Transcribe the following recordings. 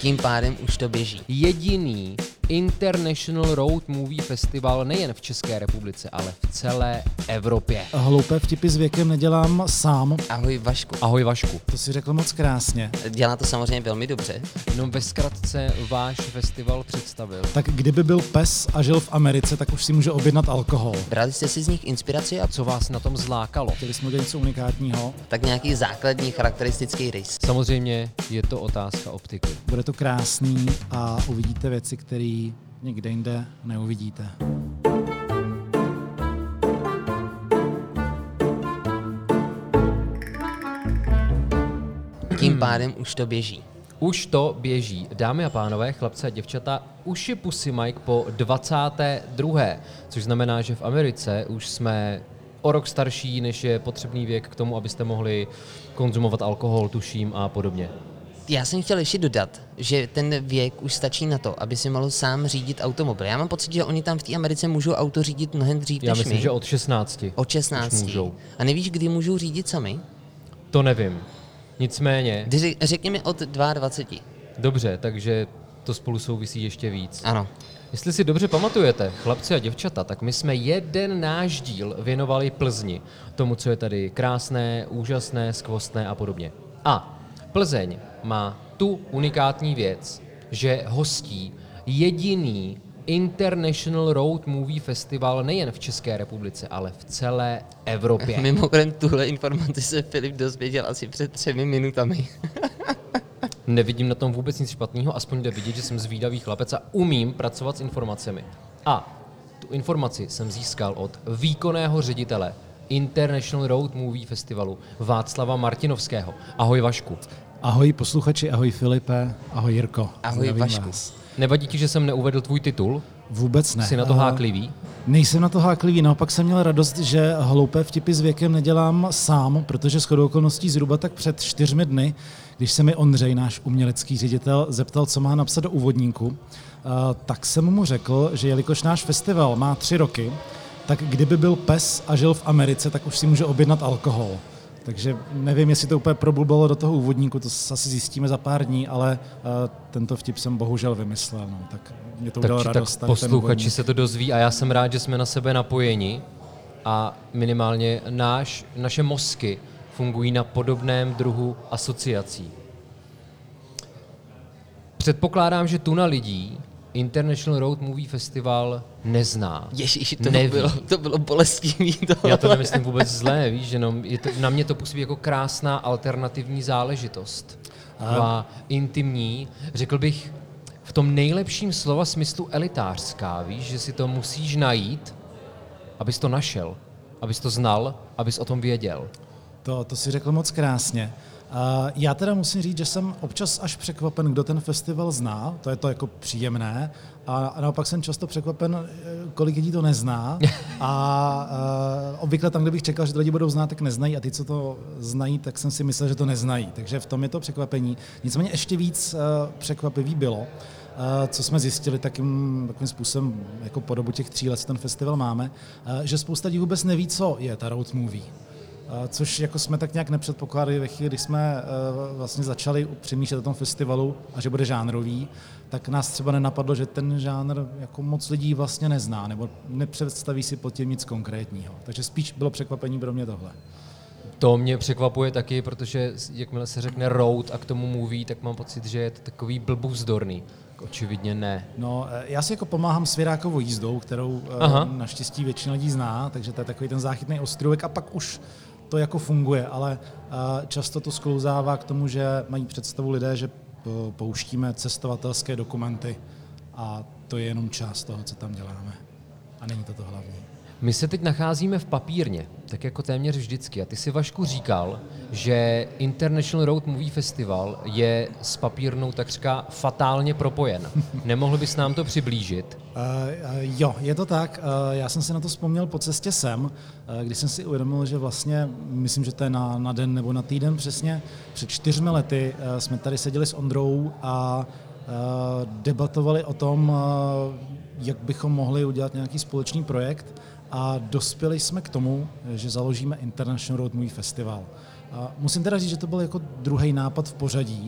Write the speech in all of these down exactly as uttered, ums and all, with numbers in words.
Tím pádem už to běží. Jediný International Road Movie Festival nejen v České republice, ale v celé Evropě. Hloupé vtipy s věkem nedělám sám. Ahoj Vašku. Ahoj Vašku. To si řekl moc krásně. Dělá to samozřejmě velmi dobře. No ve zkratce váš festival představil. Tak kdyby byl pes a žil v Americe, tak už si může objednat alkohol. Brali jste si z nich inspiraci a Co vás na tom zlákalo? Chtěli jsme udělat něco unikátního. tak nějaký základní charakteristický rys. Samozřejmě je to otázka optiky. Bude to krásný a uvidíte věci, které nikde jinde neuvidíte. Tím pádem už to běží. Už to běží. Dámy a pánové, chlapci a děvčata, už je Pussy Mike po dvacáté druhé Což znamená, že v Americe už jsme o rok starší, než je potřebný věk k tomu, abyste mohli konzumovat alkohol, tuším a podobně. Já jsem chtěl ještě dodat, že ten věk už stačí na to, aby si mohl sám řídit automobil. Já mám pocit, že oni tam v té Americe můžou auto řídit mnohem dřív Já než myslím, my. že od šestnácti. Od už šestnácti. můžou. A nevíš, kdy můžou řídit sami? To nevím. Nicméně, Kdy řek- Řekněme od dvaceti dvou. dobře, takže to spolu souvisí ještě víc. Ano. Jestli si dobře pamatujete, chlapci a děvčata, tak my jsme jeden náš díl věnovali Plzni. Tomu, co je tady krásné, úžasné, skvostné a podobně. A Plzeň má tu unikátní věc, že hostí jediný International Road Movie Festival nejen v České republice, ale v celé Evropě. Mimochodem, tuhle informaci se Filip dozvěděl asi před třemi minutami. Nevidím na tom vůbec nic špatného, aspoň jde vidět, že jsem zvídavý chlapec a umím pracovat s informacemi. A tu informaci jsem získal od výkonného ředitele International Road Movie Festivalu Václava Martinovského. Ahoj Vašku. Ahoj posluchači, ahoj Filipe, ahoj Jirko. Ahoj Zdravím Vašku. vás. Nevadí ti, že jsem neuvedl tvůj titul? Vůbec ne. Jsi na to A háklivý? Nejsem na to háklivý, naopak jsem měl radost, že hloupé vtipy s věkem nedělám sám, protože shodou okolností zhruba tak před čtyřmi dny, když se mi Ondřej, náš umělecký ředitel, zeptal, co má napsat do úvodníku, tak jsem mu řekl, že jelikož náš festival má tři roky, tak kdyby byl pes a žil v Americe, tak už si může objednat alkohol. Takže nevím, jestli to úplně probubalo do toho úvodníku, to asi zjistíme za pár dní, ale uh, tento vtip jsem bohužel vymyslel. No. Tak mě to udělalo Tak, radost. tak tady ten posluchači úvodník. se to dozví a já jsem rád, že jsme na sebe napojeni a minimálně náš, naše mozky fungují na podobném druhu asociací. Předpokládám, že tuna lidí International Road Movie Festival nezná. Ježíš, to Neví. bylo, to bylo bolestivý. To. Já to nemyslím vůbec zlé, víš, jenom je to, na mě to působí jako krásná alternativní záležitost. Taková intimní, řekl bych v tom nejlepším slova smyslu elitářská, víš, že si to musíš najít, abys to našel, abys to znal, abys o tom věděl. To, to si řekl moc krásně. Uh, já teda musím říct, že jsem občas až překvapen, kdo ten festival zná, to je to jako příjemné, a, a naopak jsem často překvapen, kolik lidí to nezná a uh, obvykle tam, kde bych čekal, že to lidi budou znát, tak neznají a ty, co to znají, tak jsem si myslel, že to neznají, takže v tom je to překvapení. Nicméně ještě víc uh, překvapivý bylo, uh, co jsme zjistili takým, takovým způsobem jako po dobu těch tří let, co ten festival máme, uh, že spousta lidí vůbec neví, co je ta road movie. Což jako jsme tak nějak nepředpokládali ve chvíli, kdy jsme uh, vlastně začali přemýšlet o tom festivalu a že bude žánrový, tak nás třeba nenapadlo, že ten žánr jako moc lidí vlastně nezná nebo nepředstaví si pod tím nic konkrétního. Takže spíš bylo překvapení pro mě tohle. To mě překvapuje taky, protože jakmile se řekne road a k tomu movie, tak mám pocit, že je to takový blbůvzdorný. Očividně ne. No, já si jako pomáhám s Virákovou jízdou, kterou Aha. naštěstí většina lidí zná, takže to je takový ten záchytný ostrůvek a pak už to jako funguje, ale často to sklouzává k tomu, že mají představu lidé, že pouštíme cestovatelské dokumenty a to je jenom část toho, co tam děláme. A není to to hlavní. My se teď nacházíme v papírně, tak jako téměř vždycky. A ty si, Vašku, říkal, že International Road Movie Festival je s papírnou takřka fatálně propojen. Nemohl bys nám to přiblížit? Uh, uh, jo, je to tak. Uh, já jsem si na to vzpomněl po cestě sem, uh, když jsem si uvědomil, že vlastně, myslím, že to je na, na den nebo na týden přesně, před čtyřmi lety uh, jsme tady seděli s Ondrou a uh, debatovali o tom, uh, jak bychom mohli udělat nějaký společný projekt a dospěli jsme k tomu, že založíme International Road Movie Festival. A musím teda říct, že to byl jako druhý nápad v pořadí,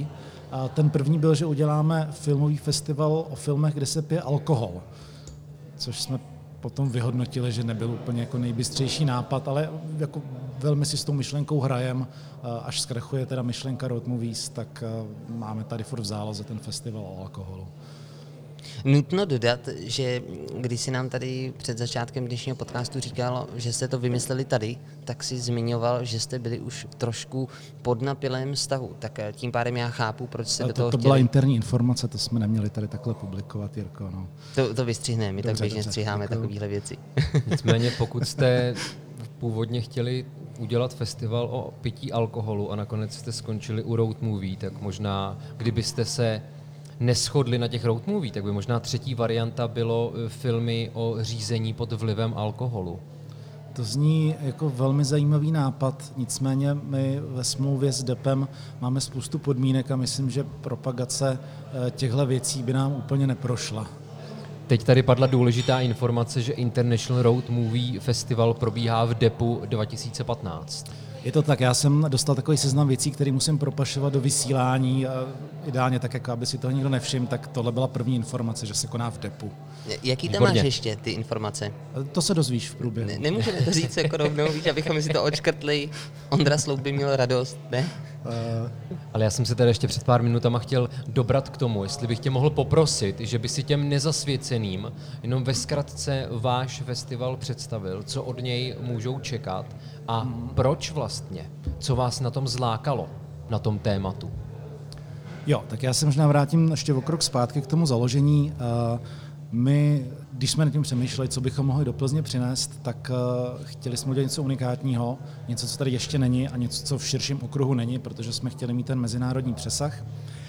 A ten první byl, že uděláme filmový festival o filmech, kde se pije alkohol, což jsme potom vyhodnotili, že nebyl úplně jako nejbystřejší nápad, ale jako velmi si s tou myšlenkou hrajem, až zkrachuje teda myšlenka Road Movies, tak máme tady furt v záloze ten festival o alkoholu. Nutno dodat, že když si nám tady před začátkem dnešního podcastu říkal, že jste to vymysleli tady, tak si zmiňoval, že jste byli už trošku pod napilém stavu. Tak tím pádem já chápu, proč se do toho To chtěli. byla interní informace, to jsme neměli tady takhle publikovat, Jirko. No. To, to vystřihneme, my dobře, tak běžně dobře, střiháme děkuju. takovéhle věci. Nicméně pokud jste původně chtěli udělat festival o pití alkoholu a nakonec jste skončili u road movie, tak možná, kdybyste se neshodli na těch road movie, tak by možná třetí varianta bylo filmy o řízení pod vlivem alkoholu. To zní jako velmi zajímavý nápad, nicméně my ve smlouvě s DEPem máme spoustu podmínek a myslím, že propagace těchto věcí by nám úplně neprošla. Teď tady padla důležitá informace, že International Road Movie Festival probíhá v DEPu dva tisíce patnáct. Je to tak, já jsem dostal takový seznam věcí, který musím propašovat do vysílání, ideálně tak, jako aby si toho nikdo nevšiml, tak tohle byla první informace, že se koná v DEPu. Jaký tam Výborně. máš ještě ty informace? To se dozvíš v průběhu. Ne, nemůžeme to říct jako rovnou, víš, abychom si to odškrtli. Ondra Sloup by měl radost, ne? Uh, Ale já jsem se tady ještě před pár minutama chtěl dobrat k tomu, jestli bych tě mohl poprosit, že by si těm nezasvěceným jenom ve zkratce váš festival představil, co od něj můžou čekat a hmm. proč vlastně, co vás na tom zlákalo, na tom tématu. Jo, tak já se možná vrátím ještě o krok zpátky k tomu založení. Uh, my, když jsme nad tím přemýšleli, co bychom mohli do Plzně přinést, tak uh, chtěli jsme udělat něco unikátního, něco, co tady ještě není a něco, co v širším okruhu není, protože jsme chtěli mít ten mezinárodní přesah.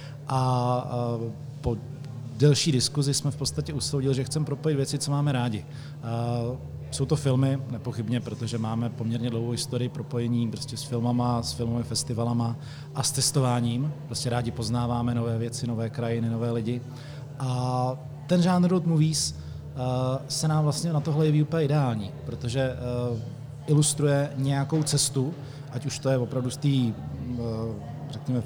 A uh, po delší diskuzi jsme v podstatě usoudili, že chceme propojit věci, co máme rádi. Uh, jsou to filmy, nepochybně, protože máme poměrně dlouhou historii propojení prostě s filmama, s filmovými festivalama a s testováním. Prostě rádi poznáváme nové věci, nové krajiny, nové lidi. A ten žánr road movies uh, se nám vlastně na tohle jeví úplně ideální, protože uh, ilustruje nějakou cestu, ať už to je opravdu z té, uh, řekněme,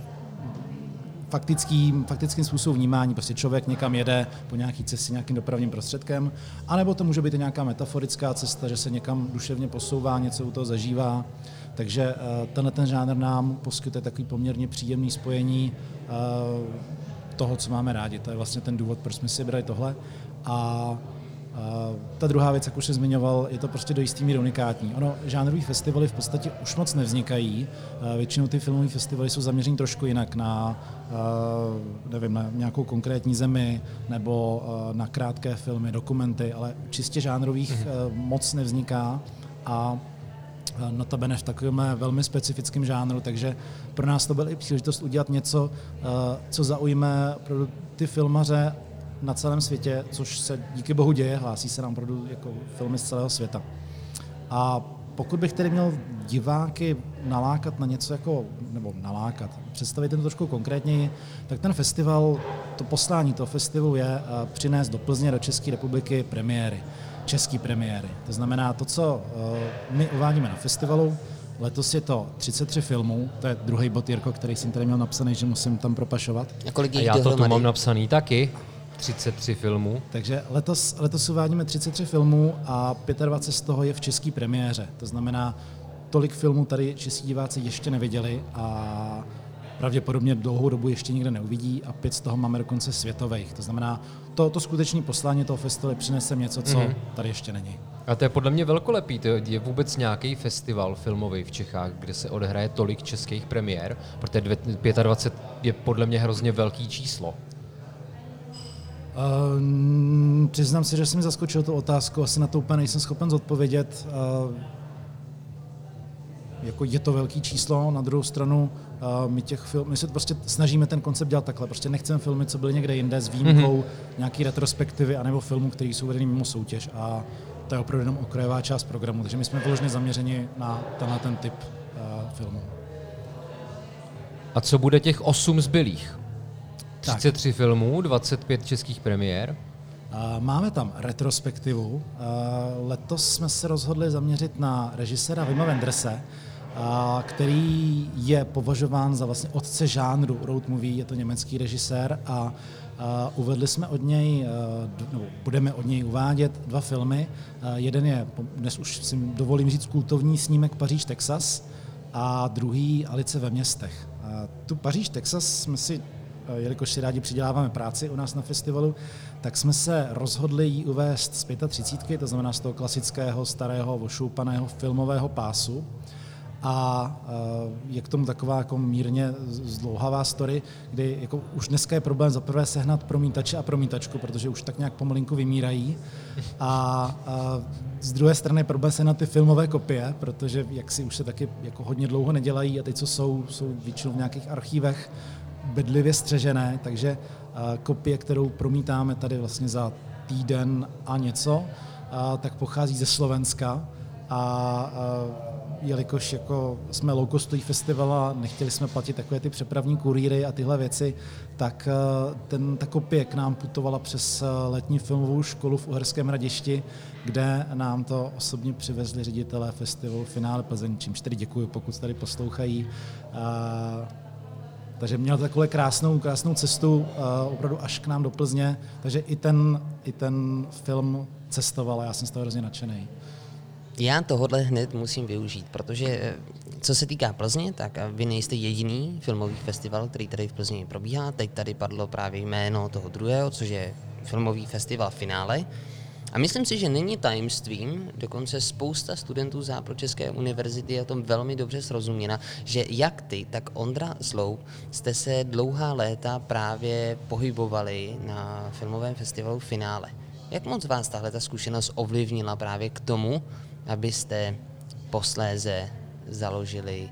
faktickým, faktickým způsobem vnímání, prostě člověk někam jede po nějaký cestě nějakým dopravním prostředkem, anebo to může být i nějaká metaforická cesta, že se někam duševně posouvá, něco u toho zažívá. Takže uh, tenhle ten žánr nám poskytuje takový poměrně příjemný spojení uh, toho, co máme rádi. To je vlastně ten důvod, proč jsme si vybrali tohle. A Uh, ta druhá věc, jak už se zmiňoval, je to prostě do jistý míry unikátní. Ono, žánrový festivaly v podstatě už moc nevznikají. Uh, většinou ty filmové festivaly jsou zaměřeny trošku jinak na, uh, nevím, na nějakou konkrétní zemi nebo uh, na krátké filmy, dokumenty, ale čistě žánrových uh, moc nevzniká a notabene v takovém velmi specifickém žánru, takže pro nás to byla i příležitost udělat něco, uh, co zaujme pro ty filmaře na celém světě, což se díky bohu děje, hlásí se nám opravdu jako filmy z celého světa. A pokud bych tedy měl diváky nalákat na něco jako, nebo nalákat, představit to trošku konkrétněji, tak ten festival, to poslání toho festivalu je uh, přinést do Plzně, do České republiky premiéry, české premiéry. To znamená to, co uh, my uvádíme na festivalu. Letos je to třicet tři filmů, to je druhý bod, Jirko, který jsem tady měl napsaný, že musím tam propašovat. A, kolik a já to tu mám napsaný taky. třicet tři filmů. Takže letos, letos uvádíme třicet tři filmů a dvacet pět z toho je v české premiéře. To znamená, tolik filmů tady čeští diváci ještě neviděli a pravděpodobně dlouhou dobu ještě nikde neuvidí a pět z toho máme dokonce světových. To znamená, to, to skutečné poslání toho festivalu přinese něco, co mm-hmm. tady ještě není. A to je podle mě velkolepý. To je vůbec nějaký festival filmový v Čechách, kde se odehraje tolik českých premiér, protože dvacet pět je podle mě hrozně velký číslo. Uh, přiznám se, že jsem mi zaskočil tu otázku, asi na to úplně nejsem schopen zodpovědět. Uh, jako je to velký číslo, na druhou stranu uh, my, těch film, my se prostě snažíme ten koncept dělat takhle, prostě nechceme filmy, co byly někde jinde s výjimkou mm-hmm. nějaký retrospektivy anebo filmů, které jsou vedeny mimo soutěž a to je opravdu jenom okrajová část programu, takže my jsme vyloženě zaměřeni na tenhle ten typ uh, filmů. A co bude těch osm zbylých? třicet tři tak. filmů, dvacet pět českých premiér. Máme tam retrospektivu. Letos jsme se rozhodli zaměřit na režiséra Wima Wenderse. a který je považován za vlastně otce žánru road movie, je to německý režisér a a uvedli jsme od něj, no, budeme od něj uvádět dva filmy. Jeden je, dnes už si dovolím říct, kultovní snímek Paříž, Texas a druhý Alice ve městech. A tu Paříž, Texas jsme si, jelikož si rádi přiděláváme práci u nás na festivalu, tak jsme se rozhodli ji uvést z třicítky pět, to znamená z toho klasického, starého, ošoupaného filmového pásu. A je k tomu taková jako mírně zdlouhavá story, kdy jako už dneska je problém za prvé sehnat promítače a promítačku, protože už tak nějak pomalinku vymírají. A, a z druhé strany je problém sehnat ty filmové kopie, protože jak si už se taky jako hodně dlouho nedělají a ty, co jsou, jsou většinou v nějakých archívech bedlivě střežené, takže kopie, kterou promítáme tady vlastně za týden a něco, a, tak pochází ze Slovenska. A, a jelikož jako jsme low-costový festival a nechtěli jsme platit takové ty přepravní kurýry a tyhle věci, tak ten, ta kopie k nám putovala přes letní filmovou školu v Uherském Hradišti, kde nám to osobně přivezli ředitelé festivalu Finále Plzeň, čímž tedy děkuji, pokud tady poslouchají. A, takže měl takovou krásnou, krásnou cestu opravdu až k nám do Plzně, takže i ten, i ten film cestoval a já jsem z toho hrozně nadšený. Já tohodle hned musím využít, protože co se týká Plzně, tak vy nejste jediný filmový festival, který tady v Plzni probíhá. Teď tady padlo právě jméno toho druhého, což je filmový festival Finále. A myslím si, že není tajemstvím, dokonce spousta studentů Západočeské univerzity je o tom velmi dobře srozuměna, že jak ty, tak Ondra Sloup jste se dlouhá léta právě pohybovali na filmovém festivalu Finále. Jak moc vás tahle ta zkušenost ovlivnila právě k tomu, abyste posléze založili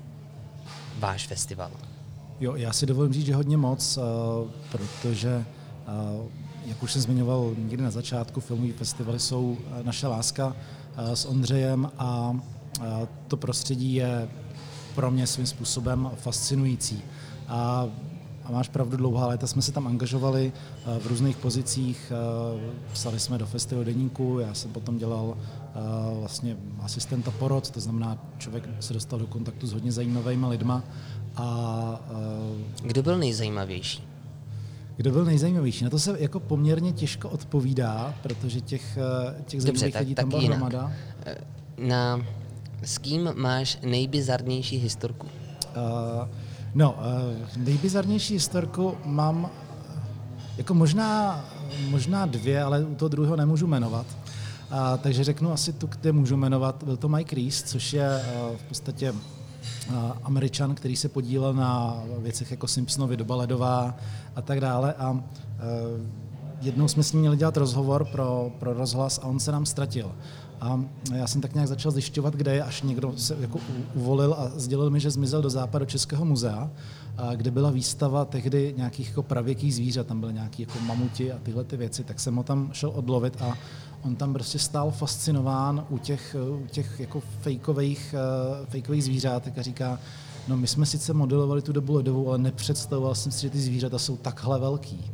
váš festival? Jo, já si dovolím říct, že hodně moc, protože, jak už jsem zmiňoval někdy na začátku, filmové festivaly jsou naše láska s Ondřejem a to prostředí je pro mě svým způsobem fascinující. A A máš pravdu, dlouhá léta jsme se tam angažovali v různých pozicích, psali jsme do festivalu deníku, já jsem potom dělal vlastně asistenta porod, to znamená, člověk se dostal do kontaktu s hodně zajímavými lidma. A, Kdo byl nejzajímavější? Kdo byl nejzajímavější? Na to se jako poměrně těžko odpovídá, protože těch, těch zajímavých Dobře, lidí tak, tam tak byla jinak. hromada. Na, s kým máš nejbizarnější historku? Uh, No, nejbizarnější historku mám jako možná, možná dvě, ale u toho druhého nemůžu jmenovat. A, takže řeknu asi tu, kde můžu jmenovat. Byl to Mike Reiss, což je v podstatě Američan, který se podílel na věcech jako Simpsonovi, Doba ledová a tak dále. A jednou jsme s ním měli dělat rozhovor pro, pro rozhlas a on se nám ztratil. A já jsem tak nějak začal zjišťovat, kde je, až někdo se jako uvolil a sdělil mi, že zmizel do Západočeského muzea, kde byla výstava tehdy nějakých jako pravěkých zvířat, tam byly nějaký jako mamuti a tyhle ty věci, tak jsem ho tam šel odlovit a on tam prostě stál fascinován u těch, u těch jako fejkových, fejkových zvířátek a říká, no my jsme sice modelovali tu dobu ledovou, ale nepředstavoval jsem si, že ty zvířata jsou takhle velký.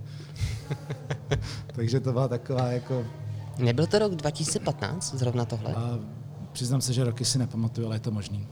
Takže to byla taková jako... Nebyl to rok dva tisíce patnáct, zrovna tohle? A přiznám se, že roky si nepamatuju, ale je to možný.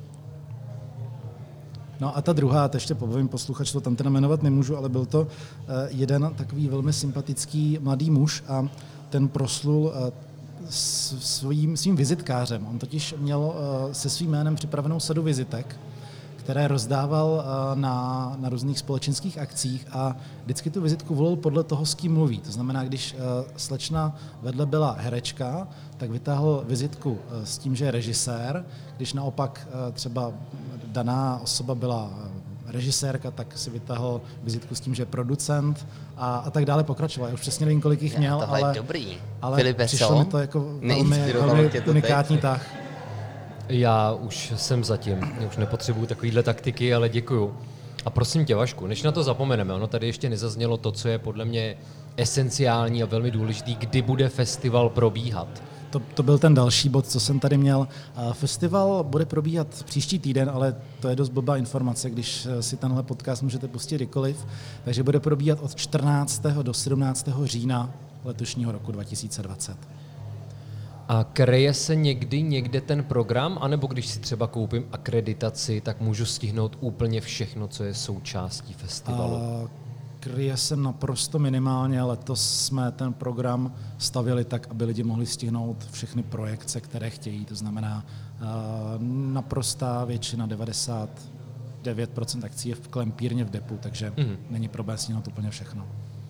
No a ta druhá, to ještě povím posluchač, to tam teda jmenovat nemůžu, ale byl to jeden takový velmi sympatický mladý muž a ten proslul svým, svým vizitkářem. On totiž měl se svým jménem připravenou sadu vizitek, které rozdával na, na různých společenských akcích a vždycky tu vizitku volil podle toho, s kým mluví. To znamená, když slečna vedle byla herečka, tak vytáhl vizitku s tím, že je režisér. Když naopak třeba daná osoba byla režisérka, tak si vytáhl vizitku s tím, že je producent a, a tak dále pokračoval. Já už přesně nevím, kolik jich měl, tohle ale, je dobrý. ale Filipe, přišlo co? mi to jako velmi, velmi unikátní tah. Já už jsem zatím, já už nepotřebuju takovýhle taktiky, ale děkuju. A prosím tě, Vašku, než na to zapomeneme, ono tady ještě nezaznělo to, co je podle mě esenciální a velmi důležitý, kdy bude festival probíhat. To, to byl ten další bod, co jsem tady měl. Festival bude probíhat příští týden, ale to je dost blbá informace, když si tenhle podcast můžete pustit kdykoliv. Takže bude probíhat od čtrnáctého do sedmnáctého října letošního roku dva tisíce dvacet. A kryje se někdy někde ten program, anebo když si třeba koupím akreditaci, tak můžu stihnout úplně všechno, co je součástí festivalu? A kryje se naprosto minimálně. Letos jsme ten program stavili tak, aby lidi mohli stihnout všechny projekce, které chtějí. To znamená uh, naprostá většina, devadesát devět procent akcí je v klempírně v depu, takže mm. není problém stihnout úplně všechno.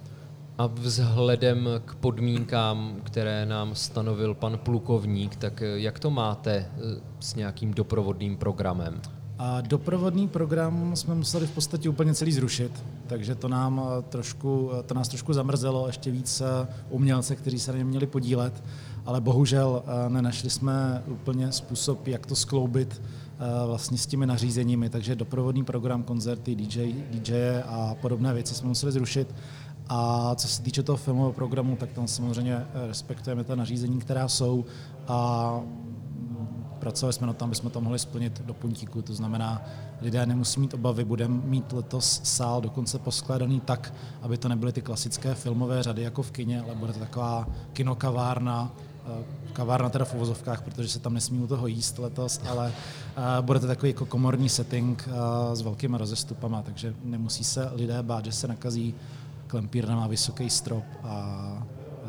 A vzhledem k podmínkám, které nám stanovil pan plukovník, tak jak to máte s nějakým doprovodným programem? A doprovodný program jsme museli v podstatě úplně celý zrušit, takže to, nám trošku, to nás trošku zamrzelo, ještě víc umělce, kteří se na něm měli podílet, ale bohužel nenašli jsme úplně způsob, jak to skloubit vlastně s těmi nařízeními, takže doprovodný program, koncerty, D J, D J a podobné věci jsme museli zrušit. A co se týče toho filmového programu, tak tam samozřejmě respektujeme ta nařízení, která jsou, a pracovali jsme na tom, aby jsme to mohli splnit do puntíku. To znamená, lidé nemusí mít obavy, budeme mít letos sál dokonce poskládaný tak, aby to nebyly ty klasické filmové řady jako v kině, ale bude to taková kinokavárna, kavárna teda v uvozovkách, protože se tam nesmí u toho jíst letos, ale bude to takový jako komorní setting s velkými rozestupama, takže nemusí se lidé bát, že se nakazí. Klempírna má vysoký strop a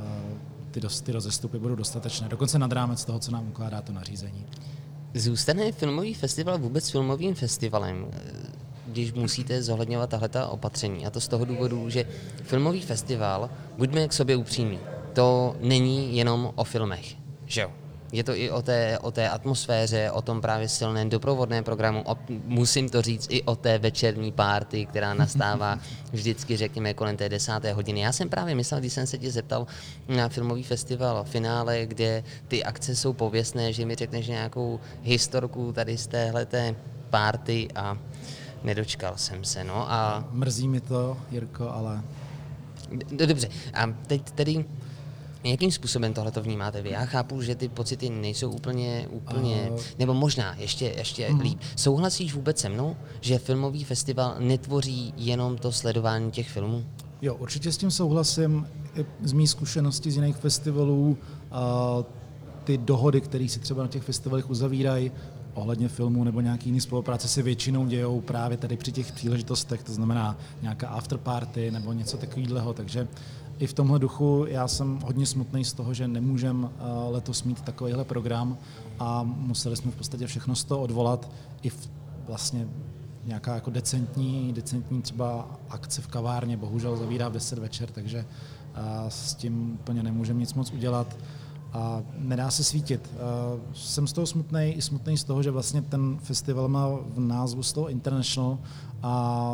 ty, ty rozestupy budou dostatečné, dokonce nad rámec toho, co nám ukládá to nařízení. Zůstane filmový festival vůbec filmovým festivalem, když musíte zohledňovat tahleta opatření? A to z toho důvodu, že filmový festival, buďme k sobě upřímní, to není jenom o filmech, že jo? Je to i o té, o té atmosféře, o tom právě silném doprovodném programu, o, musím to říct i o té večerní party, která nastává vždycky, řekněme, kolem té desáté hodiny. Já jsem právě myslel, když jsem se tě zeptal na filmový festival finále, kde ty akce jsou pověstné, že mi řekneš nějakou historku tady z téhleté party a nedočkal jsem se, no a... Mrzí mi to, Jirko, ale... Dobře, a teď tedy... Jakým způsobem tohle to vnímáte vy? Já chápu, že ty pocity nejsou úplně, úplně uh, nebo možná ještě, ještě uh, líp. Souhlasíš vůbec se mnou, že filmový festival netvoří jenom to sledování těch filmů? Jo, určitě s tím souhlasím. Z mých zkušeností z jiných festivalů uh, ty dohody, které si třeba na těch festivalech uzavírají, ohledně filmů nebo nějaký jiný spolupráce se většinou dějou právě tady při těch příležitostech, to znamená nějaká afterparty nebo něco takového, takže i v tomhle duchu já jsem hodně smutný z toho, že nemůžeme letos mít takovýhle program a museli jsme v podstatě všechno z toho odvolat. I v vlastně nějaká jako decentní, decentní třeba akce v kavárně bohužel zavírá v deset večer, takže s tím úplně nemůžeme nic moc udělat a nedá se svítit. Jsem z toho smutný i smutný z toho, že vlastně ten festival má v názvu z toho International a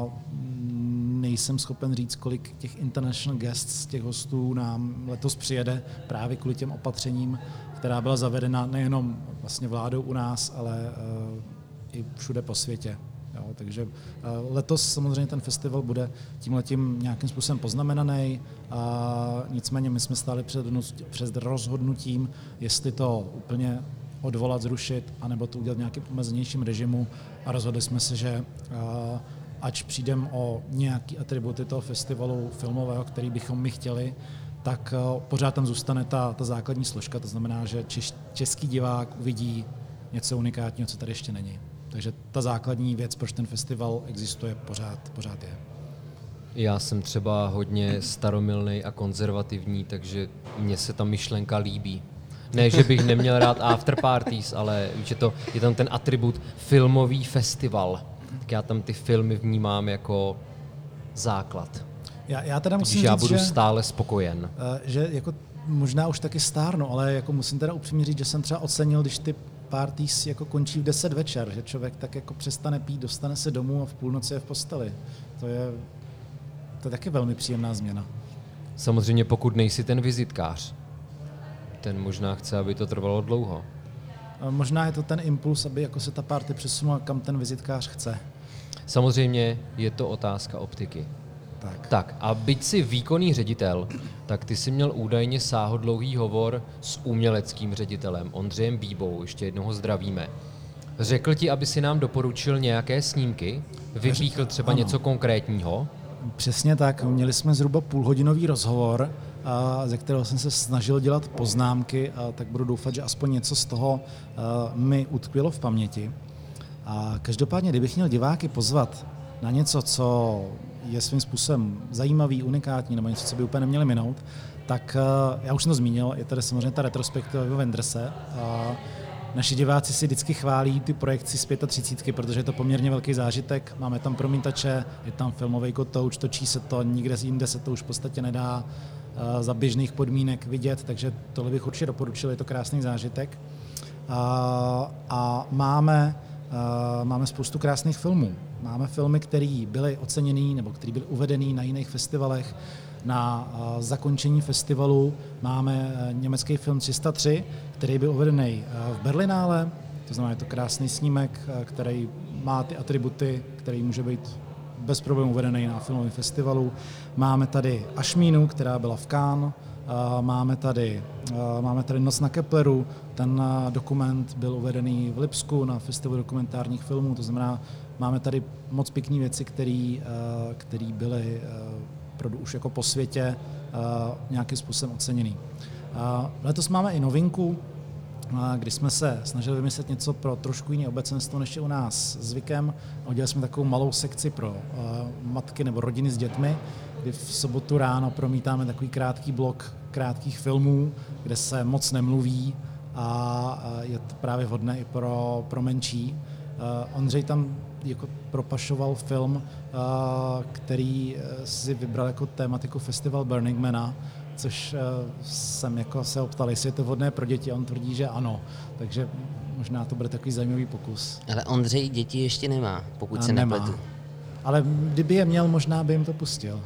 nejsem schopen říct, kolik těch international guests, těch hostů nám letos přijede právě kvůli těm opatřením, která byla zavedena nejenom vlastně vládou u nás, ale uh, i všude po světě. Jo, takže uh, letos samozřejmě ten festival bude tímhletím nějakým způsobem poznamenaný, a nicméně my jsme stáli před, před rozhodnutím, jestli to úplně odvolat, zrušit, anebo to udělat v nějakým omezenějším režimu a rozhodli jsme se, že uh, ač přijdem o nějaký atributy toho festivalu filmového, který bychom my chtěli, tak uh, pořád tam zůstane ta, ta základní složka, to znamená, že češ, český divák uvidí něco unikátního, co tady ještě není. Takže ta základní věc, proč ten festival existuje, pořád, pořád je. Já jsem třeba hodně staromilný a konzervativní, takže mně se ta myšlenka líbí. Ne, že bych neměl rád afterparties, ale že to, je tam ten atribut filmový festival. Tak já tam ty filmy vnímám jako základ. Já, já teda musím Když já říct, budu že, stále spokojen. Že jako možná už taky stárnu, ale jako musím teda upřímně říct, že jsem třeba ocenil, když ty parties jako končí v deset večer, že člověk tak jako přestane pít, dostane se domů a v půlnoci je v posteli. To je, to je taky velmi příjemná změna. Samozřejmě pokud nejsi ten vizitkář. Ten možná chce, aby to trvalo dlouho. Možná je to ten impuls, aby jako se ta party přesunula, kam ten vizitkář chce. Samozřejmě je to otázka optiky. Tak. tak a byť jsi výkonný ředitel, tak ty jsi měl údajně sáhodlouhý hovor s uměleckým ředitelem Ondřejem Bíbou, ještě jednoho zdravíme. Řekl ti, aby si nám doporučil nějaké snímky? Vypíchl třeba ano. něco konkrétního? Přesně tak. Měli jsme zhruba půlhodinový rozhovor, a ze kterého jsem se snažil dělat poznámky, a tak budu doufat, že aspoň něco z toho mi utkvělo v paměti. A každopádně, kdybych měl diváky pozvat na něco, co je svým způsobem zajímavý, unikátní, nebo něco, co by úplně neměli minout, tak já už jsem to zmínil, je tady samozřejmě ta retrospektiva ve Wenderse. A naši diváci si vždycky chválí ty projekci z třicítky pět, protože je to poměrně velký zážitek. Máme tam promítače, je tam filmový kotouč, točí se to, nikde jinde se to už v podstatě nedá za běžných podmínek vidět, takže tohle bych určitě doporučil, je to krásný zážitek. A, a máme, a máme spoustu krásných filmů. Máme filmy, které byly oceněný nebo které byly uvedený na jiných festivalech. Na zakončení festivalu máme německý film tři sta tři, který byl uvedený v Berlinále, to znamená, je to krásný snímek, který má ty atributy, který může být bez problémů uvedený na filmovém festivalu. Máme tady Ašmínu, která byla v Cannes, máme tady, máme tady Noc na Kepleru, ten dokument byl uvedený v Lipsku na festivalu dokumentárních filmů, to znamená, máme tady moc pěkné věci, které byly už jako po světě nějakým způsobem oceněný. Letos máme i novinku, kdy jsme se snažili vymyslet něco pro trošku jiné obecenstvo, než je u nás zvykem. Udělali jsme takovou malou sekci pro matky nebo rodiny s dětmi, kdy v sobotu ráno promítáme takový krátký blok krátkých filmů, kde se moc nemluví a je to právě vhodné i pro, pro menší. Ondřej tam jako propašoval film, který si vybral jako tématiku Festival Burning Mana, což jsem jako se optal, jestli je to vhodné pro děti, a on tvrdí, že ano. Takže možná to bude takový zajímavý pokus. Ale Ondřej děti ještě nemá, pokud se nemá. nepletu. Ale kdyby je měl, možná by jim to pustil.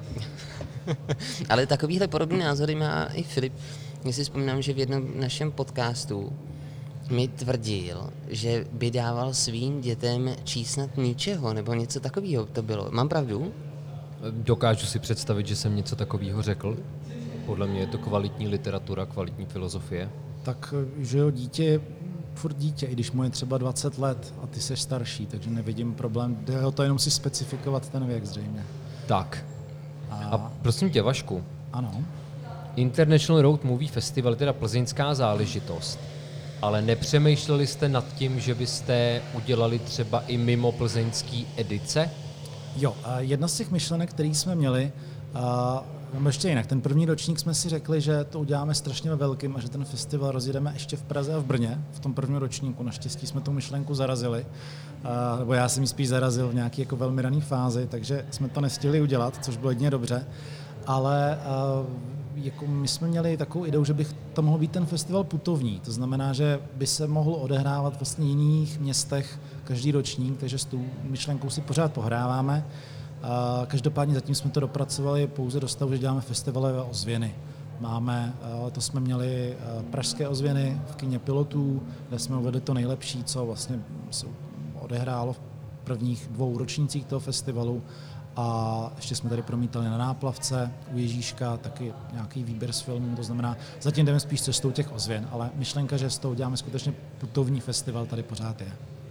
Ale takovýhle podobné názory má i Filip. Já si vzpomínám, že v jednom našem podcastu mi tvrdil, že by dával svým dětem číst snad ničeho, nebo něco takového to bylo. Mám pravdu? Dokážu si představit, že jsem něco takového řekl. Podle mě je to kvalitní literatura, kvalitní filozofie. Tak, že jo, dítě je furt dítě, i když mu je třeba dvacet let a ty seš starší, takže nevidím problém. Jde o to jenom si specifikovat ten věk zřejmě. Tak. A, a prosím tě, Vašku. Ano. International Road Movie Festival je teda plzeňská záležitost, ale nepřemýšleli jste nad tím, že byste udělali třeba i mimo plzeňský edice? Jo, jedna z těch myšlenek, které jsme měli, no ještě jinak, ten první ročník jsme si řekli, že to uděláme strašně ve velkým a že ten festival rozjedeme ještě v Praze a v Brně, v tom prvním ročníku. Naštěstí jsme tu myšlenku zarazili, nebo já jsem ji spíš zarazil v nějaké jako velmi rané fázi, takže jsme to nestihli udělat, což bylo jedině dobře, ale jako my jsme měli takovou ideu, že by to mohl být ten festival putovní, to znamená, že by se mohl odehrávat vlastně v jiných městech každý ročník, takže s tou myšlenkou si pořád pohráváme. Každopádně zatím jsme to dopracovali pouze do stavu, že děláme festivalové ozvěny. Máme, to jsme měli pražské ozvěny v kině pilotů, kde jsme uvedli to nejlepší, co vlastně se odehrálo v prvních dvou ročnících toho festivalu. A ještě jsme tady promítali na Náplavce u Ježíška, taky nějaký výběr z filmů, to znamená, zatím jdeme spíš cestou těch ozvěn, ale myšlenka, že s tou děláme skutečně putovní festival, tady pořád je.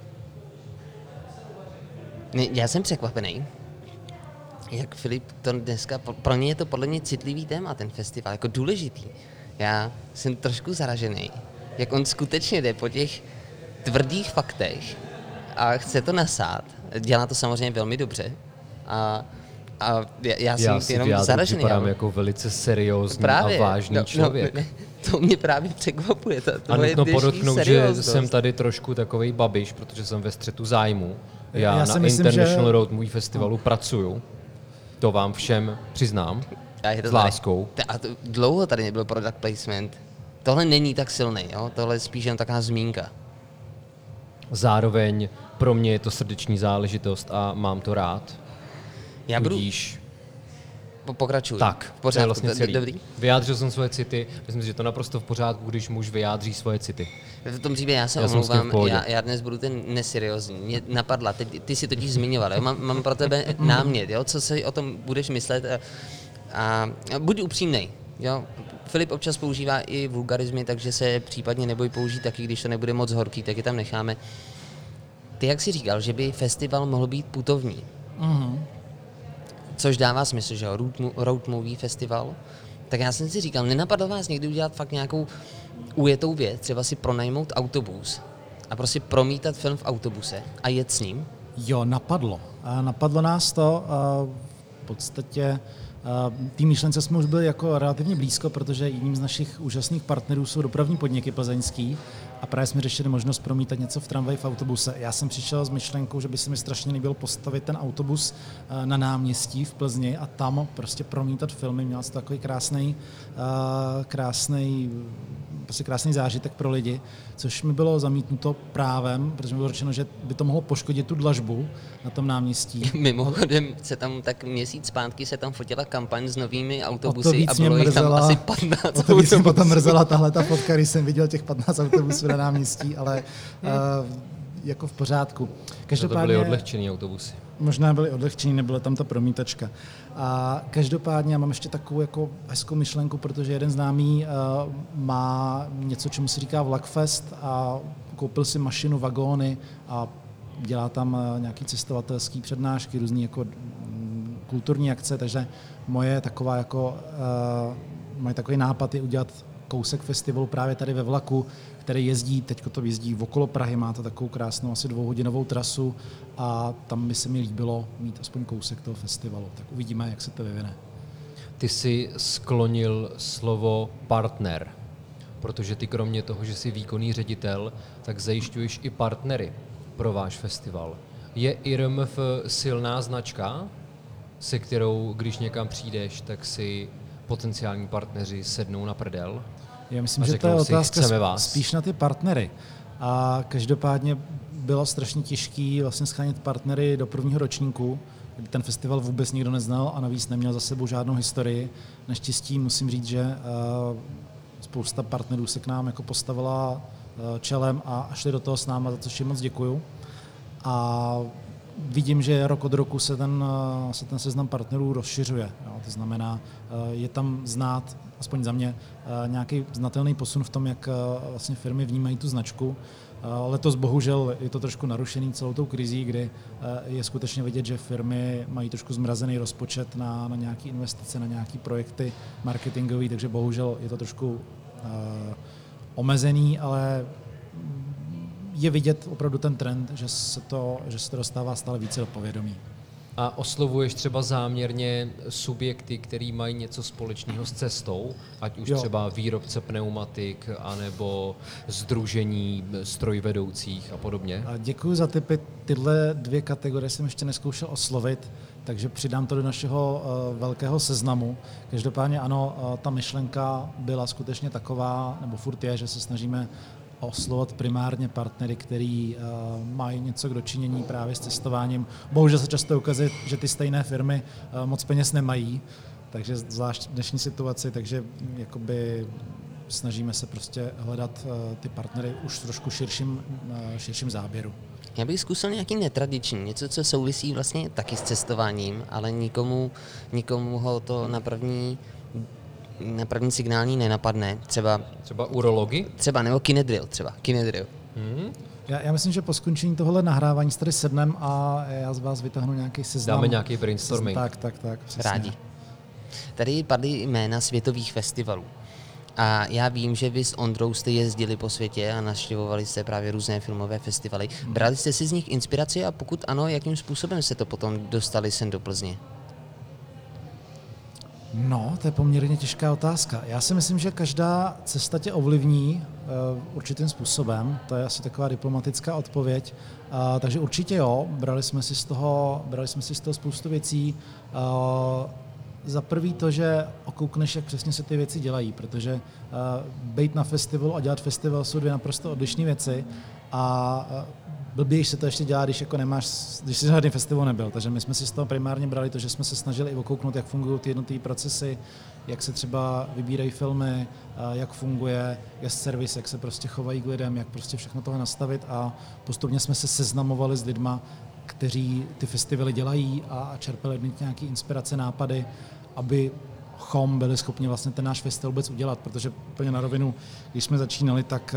Já jsem překvapený, jak Filip to dneska, pro ně je to podle mě citlivý téma, ten festival, jako důležitý. Já jsem trošku zaražený, jak on skutečně jde po těch tvrdých faktech a chce to nasát. Dělá to samozřejmě velmi dobře. A, a já, já jsem já si jenom zaražený. Vypadám jako velice seriózní právě, a vážný no, člověk. No, to mě právě překvapuje. To, to a nutno podotknout, že dost. jsem tady trošku takovej babiš, protože jsem ve střetu zájmu. Já, já na myslím, International že... Road Movie Festivalu no. pracuju. To vám všem přiznám. A je to s láskou. Tady, a to, dlouho tady nebyl product placement. Tohle není tak silný, jo? Tohle je spíš jen taková zmínka. Zároveň pro mě je to srdeční záležitost a mám to rád. Já budu... Tudíž... Pokračuj. Tak, v pořádku, vlastně celý. Dobrý. Vyjádřil jsem svoje city, myslím si, že to naprosto v pořádku, když muž vyjádří svoje city. V tom případě já se já omlouvám, já, já dnes budu ten neseriózní. Mě napadla, ty, ty si totiž zmiňoval, jo? Mám, mám pro tebe námět, jo? Co si o tom budeš myslet a, a, a buď upřímnej. Jo? Filip občas používá i vulgarizmy, takže se případně neboj použít taky, když to nebude moc horký, tak je tam necháme. Ty jak jsi říkal, že by festival mohl být putovní. Mm-hmm. což dává smysl, že jo, Road, Road Movie Festival, tak já jsem si říkal, nenapadlo vás někdy udělat fakt nějakou ujetou věc, třeba si pronajmout autobus a prostě promítat film v autobuse a jet s ním? Jo, napadlo. A napadlo nás to a v podstatě té myšlence jsme už byli jako relativně blízko, protože jedním z našich úžasných partnerů jsou dopravní podniky plzeňský a právě jsme řešili možnost promítat něco v tramvaji, v autobuse. Já jsem přišel s myšlenkou, že by se mi strašně líbilo postavit ten autobus na náměstí v Plzni a tam prostě promítat filmy. Měl jsem takový krásný, krásný, prostě krásný zážitek pro lidi, což mi bylo zamítnuto právem, protože mi bylo řečeno, že by to mohlo poškodit tu dlažbu na tom náměstí. Mimochodem se tam tak měsíc zpátky se tam fotila kampaň s novými autobusy a mě bylo jich tam mrzela, asi patnáct o to víc mě potom autobusů. mrzela tahle ta fotka, když jsem viděl těch patnáct autobusů na náměstí, ale uh, jako v pořádku. Každopádně, to byly odlehčený autobusy. Možná byly odlehčený, nebyla tam ta promítačka. A každopádně já mám ještě takovou jako hezkou myšlenku, protože jeden známý uh, má něco, čemu se říká Vlakfest a koupil si mašinu, vagóny a dělá tam uh, nějaký cestovatelský přednášky, různý jako um, kulturní akce, takže moje taková jako, uh, moje takový nápad je udělat kousek festivalu právě tady ve Vlaku, který jezdí, teďko to jezdí okolo Prahy, má to takovou krásnou asi dvouhodinovou trasu a tam by se mi líbilo mít aspoň kousek toho festivalu. Tak uvidíme, jak se to vyvine. Ty jsi sklonil slovo partner, protože ty kromě toho, že jsi výkonný ředitel, tak zajišťuješ i partnery pro váš festival. Je I R M F silná značka, se kterou, když někam přijdeš, tak si potenciální partneři sednou na prdel? Já myslím, že to je si, otázka spíš na ty partnery. A každopádně bylo strašně těžké vlastně schránit partnery do prvního ročníku, kdy ten festival vůbec nikdo neznal a navíc neměl za sebou žádnou historii. Naštěstí musím říct, že uh, spousta partnerů se k nám jako postavila uh, čelem a šli do toho s náma, za což jim moc děkuju. A vidím, že rok od roku se ten, se ten seznam partnerů rozšiřuje. Jo. To znamená, je tam znát, aspoň za mě, nějaký znatelný posun v tom, jak vlastně firmy vnímají tu značku. Letos bohužel je to trošku narušený celou tou krizí, kdy je skutečně vidět, že firmy mají trošku zmrazený rozpočet na, na nějaké investice, na nějaké projekty marketingové, takže bohužel je to trošku uh, omezený, ale je vidět opravdu ten trend, že se to, že se to dostává stále více do povědomí. A oslovuješ třeba záměrně subjekty, který mají něco společného s cestou, ať už jo. třeba výrobce pneumatik, anebo sdružení strojvedoucích a podobně? A děkuji za tipy. Tyhle dvě kategorie jsem ještě neskoušel oslovit, takže přidám to do našeho uh, velkého seznamu. Každopádně ano, uh, ta myšlenka byla skutečně taková, nebo furt je, že se snažíme oslovovat primárně partnery, který uh, mají něco k dočinění právě s cestováním. Bohužel se často ukazuje, že ty stejné firmy uh, moc peněz nemají, takže zvlášť v dnešní situaci, takže jakoby snažíme se prostě hledat uh, ty partnery už v trošku širším, uh, širším záběru. Já bych zkusil nějaký netradiční, něco, co souvisí vlastně taky s cestováním, ale nikomu, nikomu ho to na první na první signální nenapadne, třeba... Třeba urologi? Třeba, nebo kinedrill třeba, kinedrill. Hmm. Já, já myslím, že po skončení tohohle nahrávání tady sednem a já z vás vytáhnu nějaký seznam. Dáme nějaký brainstorming. Tak, tak, tak. Přesně. Rádi. Tady padly jména světových festivalů. A já vím, že vy s Ondrou jste jezdili po světě a navštěvovali jste právě různé filmové festivaly. Brali jste si z nich inspiraci a pokud ano, jakým způsobem se to potom dostali sem do Plzně? No, to je poměrně těžká otázka. Já si myslím, že každá cesta tě ovlivní uh, určitým způsobem. To je asi taková diplomatická odpověď. Uh, takže určitě jo, brali jsme si z toho, brali jsme si z toho spoustu věcí. Uh, za prvý to, že okoukneš, jak přesně se ty věci dělají, protože uh, být na festivalu a dělat festival jsou dvě naprosto odlišné věci a uh, blbě, se to ještě dělá, když jako nemáš, když jsi žádný festival nebyl, takže my jsme si z toho primárně brali to, že jsme se snažili i okouknout, jak fungují ty jednotlivé procesy, jak se třeba vybírají filmy, jak funguje guest service, jak se prostě chovají k lidem, jak prostě všechno toho nastavit a postupně jsme se seznamovali s lidma, kteří ty festivaly dělají a čerpali od nich nějaké inspirace, nápady, aby chom byli schopni vlastně ten náš festival vůbec udělat, protože úplně na rovinu, když jsme začínali, tak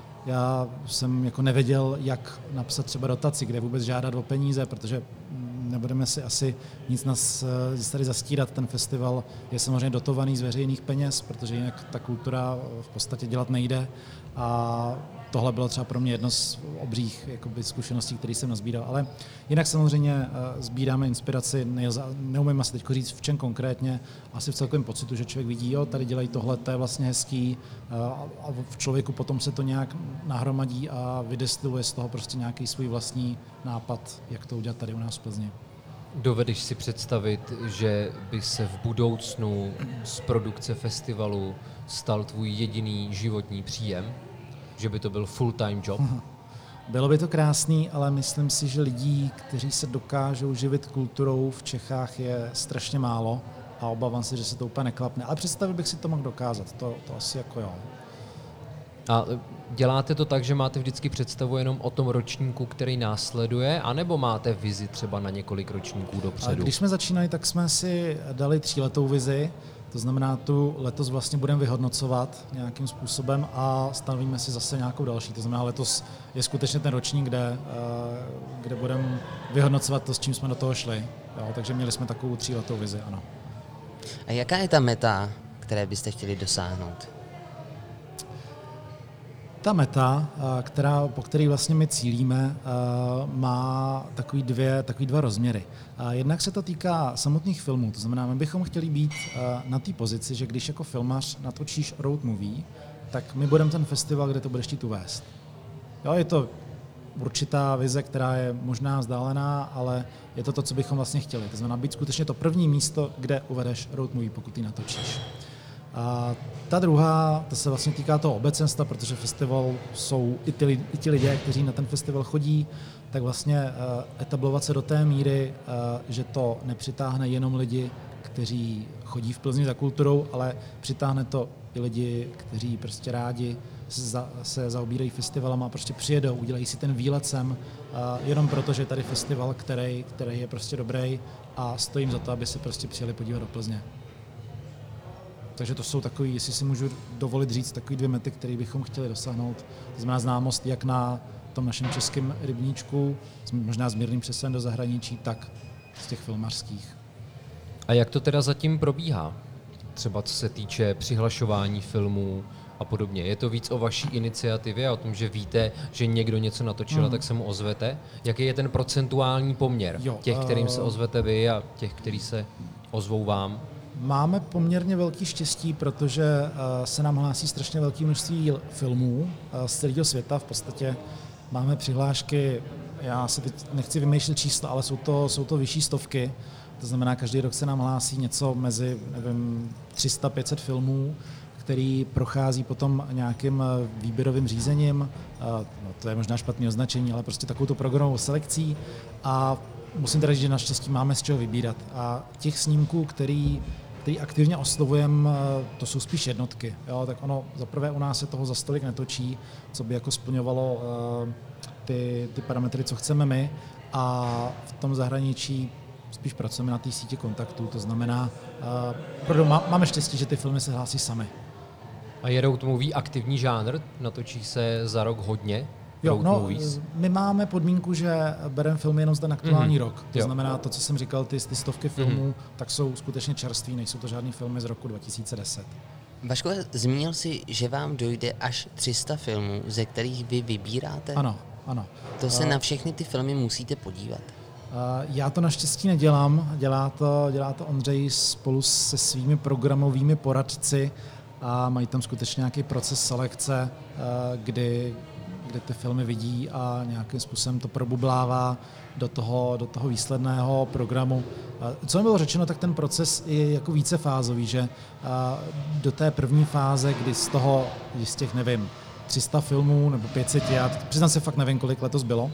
já jsem jako nevěděl, jak napsat třeba dotaci, kde vůbec žádat o peníze, protože nebudeme si asi nic nás nic tady zastírat. Ten festival je samozřejmě dotovaný z veřejných peněz, protože jinak ta kultura v podstatě dělat nejde. A tohle bylo třeba pro mě jedno z obřích jakoby, zkušeností, které jsem nazbíral. Ale jinak samozřejmě sbíráme inspiraci, neumím asi teď říct v čem konkrétně, asi v celkovém pocitu, že člověk vidí, jo, tady dělají tohle, to je vlastně hezký a v člověku potom se to nějak nahromadí a vydestiluje z toho prostě nějaký svůj vlastní nápad, jak to udělat tady u nás v Plzni. Dovedeš si představit, že by se v budoucnu z produkce festivalu stal tvůj jediný životní příjem? Že by to byl full-time job? Bylo by to krásný, ale myslím si, že lidí, kteří se dokážou živit kulturou v Čechách je strašně málo a obávám se, že se to úplně neklapne. Ale představil bych si to mohl dokázat, to, to asi jako jo. A děláte to tak, že máte vždycky představu jenom o tom ročníku, který následuje, anebo máte vizi třeba na několik ročníků dopředu? A když jsme začínali, tak jsme si dali tříletou vizi, to znamená, tu letos vlastně budeme vyhodnocovat nějakým způsobem a stanovíme si zase nějakou další. To znamená, letos je skutečně ten ročník, kde, kde budeme vyhodnocovat to, s čím jsme do toho šli. Jo, takže měli jsme takovou tříletou vizi, ano. A jaká je ta meta, které byste chtěli dosáhnout? Ta meta, která, po které vlastně my cílíme, má takový, dvě, takový dva rozměry. Jednak se to týká samotných filmů, to znamená, my bychom chtěli být na té pozici, že když jako filmař natočíš road movie, tak my budeme ten festival, kde to budeš chtít uvést. Jo, je to určitá vize, která je možná vzdálená, ale je to to, co bychom vlastně chtěli. To znamená být skutečně to první místo, kde uvedeš road movie, pokud ji natočíš. A ta druhá, ta se vlastně týká toho obecenstva, protože festival jsou i ti, i ti lidé, kteří na ten festival chodí, tak vlastně uh, etablovat se do té míry, uh, že to nepřitáhne jenom lidi, kteří chodí v Plzni za kulturou, ale přitáhne to i lidi, kteří prostě rádi se, za, se zaobírají festivalem a prostě přijedou, udělají si ten výlet sem, uh, jenom proto, že je tady festival, který, který je prostě dobrý a stojí jim za to, aby se prostě přijeli podívat do Plzně. Takže to jsou takový, jestli si můžu dovolit říct, takový dvě mety, které bychom chtěli dosáhnout. To znamená známost jak na tom našem českém rybníčku, možná s mírným přesahem do zahraničí, tak z těch filmařských. A jak to teda zatím probíhá? Třeba co se týče přihlašování filmů a podobně. Je to víc o vaší iniciativě a o tom, že víte, že někdo něco natočil, mm. tak se mu ozvete? Jaký je ten procentuální poměr jo, těch, kterým se ozvete vy a těch, kteří se ozvou vám? Máme poměrně velký štěstí, protože se nám hlásí strašně velké množství filmů z celého světa. V podstatě máme přihlášky, já si teď nechci vymýšlet čísla, ale jsou to, jsou to vyšší stovky. To znamená, každý rok se nám hlásí něco mezi nevím, tři sta až pět set filmů, který prochází potom nějakým výběrovým řízením. No, to je možná špatné označení, ale prostě takovou tu programovou selekcí. A musím teda říct, že naštěstí máme z čeho vybírat. A těch snímků, který, který aktivně oslovujeme, to jsou spíš jednotky. Jo? Tak ono, zaprvé u nás se toho za stolik netočí, co by jako splňovalo uh, ty, ty parametry, co chceme my. A v tom zahraničí spíš pracujeme na té síti kontaktů. To znamená, uh, má, máme štěstí, že ty filmy se hlásí sami. A je road movie aktivní žánr? Natočí se za rok hodně? Jo, no, my máme podmínku, že bereme filmy jenom za ten aktuální mm-hmm. rok. To jo. znamená, to, co jsem říkal, ty, ty stovky filmů, mm-hmm. tak jsou skutečně čerství, nejsou to žádný filmy z roku dva tisíce deset. Vaško, zmínil jsi, že vám dojde až tři sta filmů, ze kterých vy vybíráte? Ano, ano. To se uh, na všechny ty filmy musíte podívat. Uh, já to naštěstí nedělám, dělá to, dělá to Ondřej spolu se svými programovými poradci a mají tam skutečně nějaký proces selekce, uh, kdy kde ty filmy vidí a nějakým způsobem to probublává do toho, do toho výsledného programu. Co mi bylo řečeno, tak ten proces je jako vícefázový, že do té první fáze, kdy z toho, z těch, nevím, tři sta filmů nebo pět set, já přiznám se, fakt nevím, kolik letos bylo,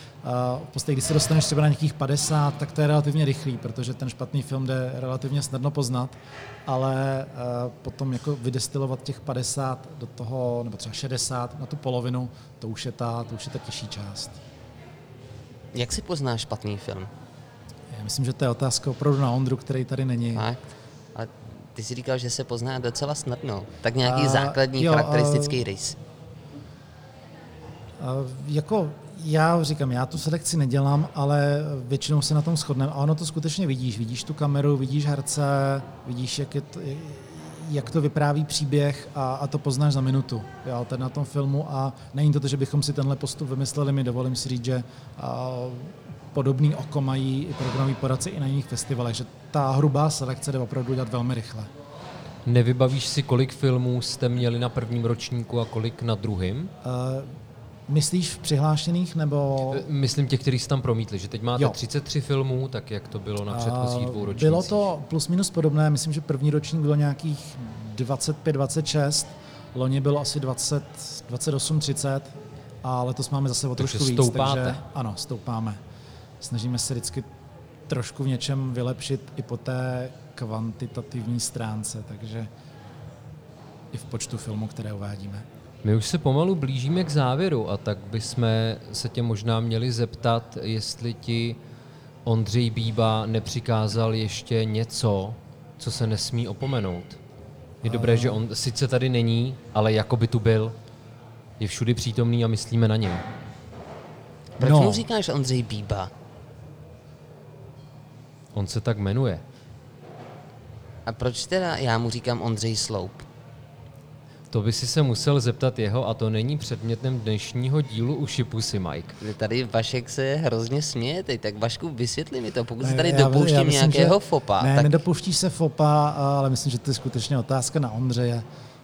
v podstatě, když se dostaneš třeba na nějakých padesát, tak to je relativně rychlý, protože ten špatný film jde relativně snadno poznat, ale potom jako vydestilovat těch padesát do toho, nebo třeba šedesát na tu polovinu, to už je ta, to už je ta těžší část. Jak si poznáš špatný film? Já myslím, že to je otázka opravdu na Ondru, který tady není. Fakt? Ale ty jsi říkal, že se pozná docela snadno. Tak nějaký a, základní jo, charakteristický rys. Jako já říkám, já tu selekci nedělám, ale většinou se na tom shodneme a ono to skutečně vidíš. Vidíš tu kameru, vidíš herce, vidíš, jak, je to, jak to vypráví příběh a, a to poznáš za minutu. Jo, ten na tom filmu a není to to, že bychom si tenhle postup vymysleli, mi dovolím si říct, že a, podobný oko mají i programoví poradci i na jiných festivalech, že ta hrubá selekce jde opravdu dělat velmi rychle. Nevybavíš si, kolik filmů jste měli na prvním ročníku a kolik na druhém? Uh, myslíš v přihlášených nebo... Myslím těch, kteří jste tam promítli, že teď máte jo. třicet tři filmů, tak jak to bylo na předchozích dvou ročnících? Bylo to plus minus podobné, myslím, že první ročník bylo nějakých dvacet pět dvacet šest, loni bylo asi dvacet, dvacet osm třicet a letos máme zase o trošku víc, stoupáte. Takže ano, stoupáme. Snažíme se vždycky trošku v něčem vylepšit i po té kvantitativní stránce, takže i v počtu filmů, které uvádíme. My už se pomalu blížíme k závěru a tak bychom se tě možná měli zeptat, jestli ti Ondřej Bíba nepřikázal ještě něco, co se nesmí opomenout. Je dobré, že on sice tady není, ale jako by tu byl. Je všudy přítomný a myslíme na něm. Proč No. mu říkáš Ondřej Bíba? On se tak jmenuje. A proč teda já mu říkám Ondřej Sloup? To by si se musel zeptat jeho a to není předmětem dnešního dílu u Šipusy, Mike. Tady Vašek se hrozně směje teď, tak Vašku, vysvětli mi to, pokud se Ne, tady já- dopouštím já myslím, nějakého že- fopa. Ne, tak... nedopouštíš se fopa, ale myslím, že to je skutečně otázka na Ondřeje.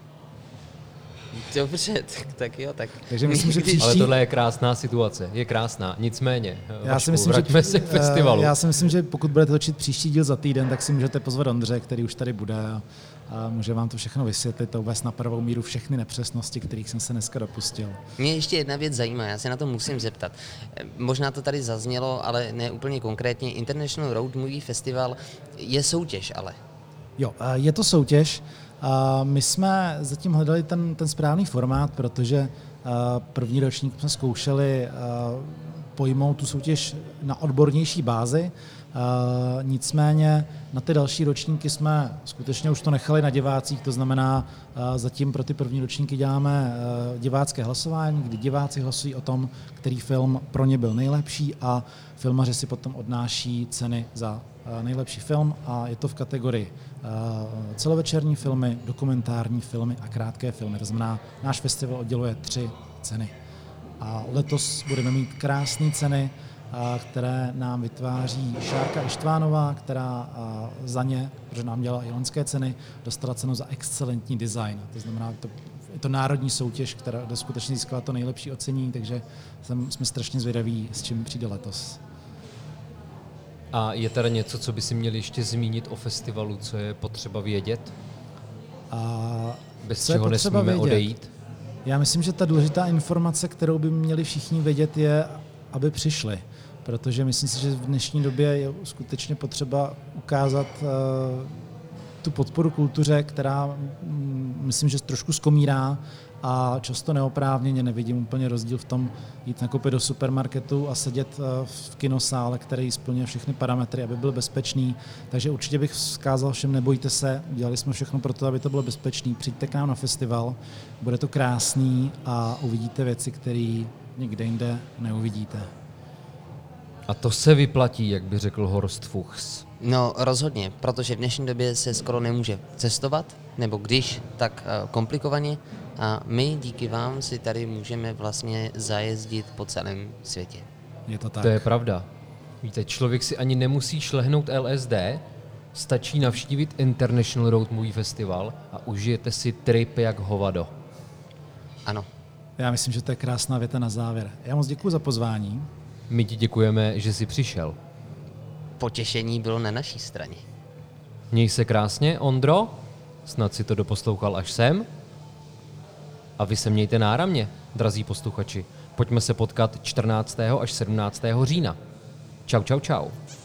Dobře, tak, tak jo, tak... Takže myslím, že Když- příští- Ale tohle je krásná situace, je krásná. Nicméně, Já Vašku, si myslím, vraťme že, se k festivalu. Já si myslím, že pokud budete točit příští díl za týden, tak si můžete pozvat Ondřeje, který už tady bude a, a může vám to všechno vysvětlit a uvést na pravou míru všechny nepřesnosti, kterých jsem se dneska dopustil. Mě ještě jedna věc zajímá, já se na to musím zeptat. Eh, Možná to tady zaznělo, ale ne úplně konkrétně. International Road Movie Festival je soutěž, ale. Jo, a je to soutěž. A my jsme zatím hledali ten, ten správný formát, protože a, první ročník jsme zkoušeli a, pojmout tu soutěž na odbornější bázi. A, nicméně na ty další ročníky jsme skutečně už to nechali na divácích, to znamená, a, zatím pro ty první ročníky děláme a, divácké hlasování, kdy diváci hlasují o tom, který film pro ně byl nejlepší a filmaři si potom odnáší ceny za nejlepší film a je to v kategorii celovečerní filmy, dokumentární filmy a krátké filmy. To znamená, náš festival odděluje tři ceny. A letos budeme mít krásné ceny, které nám vytváří Šárka Ištvánová, která za ně, protože nám dělala i loňské ceny, dostala cenu za excelentní design. To znamená, to, je to národní soutěž, která skutečně získala to nejlepší ocenění, takže jsme strašně zvědaví, s čím přijde letos. A je teda něco, co by si měli ještě zmínit o festivalu, co je potřeba vědět? A Bez co je čeho potřeba nesmíme vědět? odejít? Já myslím, že ta důležitá informace, kterou by měli všichni vědět, je, aby přišli. Protože myslím si, že v dnešní době je skutečně potřeba ukázat uh, tu podporu kultuře, která mm, myslím, že trošku skomírá a často neoprávněně. Nevidím úplně rozdíl v tom jít nakoupit do supermarketu a sedět uh, v kinosále, který splňuje všechny parametry, aby byl bezpečný. Takže určitě bych vzkázal všem, nebojte se, dělali jsme všechno pro to, aby to bylo bezpečný. Přijďte k nám na festival, bude to krásný a uvidíte věci, které nikde jinde neuvidíte. A to se vyplatí, jak by řekl Horst Fuchs. No rozhodně, protože v dnešní době se skoro nemůže cestovat, nebo když, tak uh, komplikovaně. A my díky vám si tady můžeme vlastně zajezdit po celém světě. Je to tak. To je pravda. Víte, člověk si ani nemusí šlehnout L S D, stačí navštívit International Road Movie Festival a užijete si trip jak hovado. Ano. Já myslím, že to je krásná věta na závěr. Já moc děkuji za pozvání. My ti děkujeme, že jsi přišel. Potěšení bylo na naší straně. Měj se krásně, Ondro. Snad si to doposlouchal až sem. A vy se mějte náramně, drazí posluchači. Pojďme se potkat čtrnáctého až sedmnáctého října. Čau, čau, čau.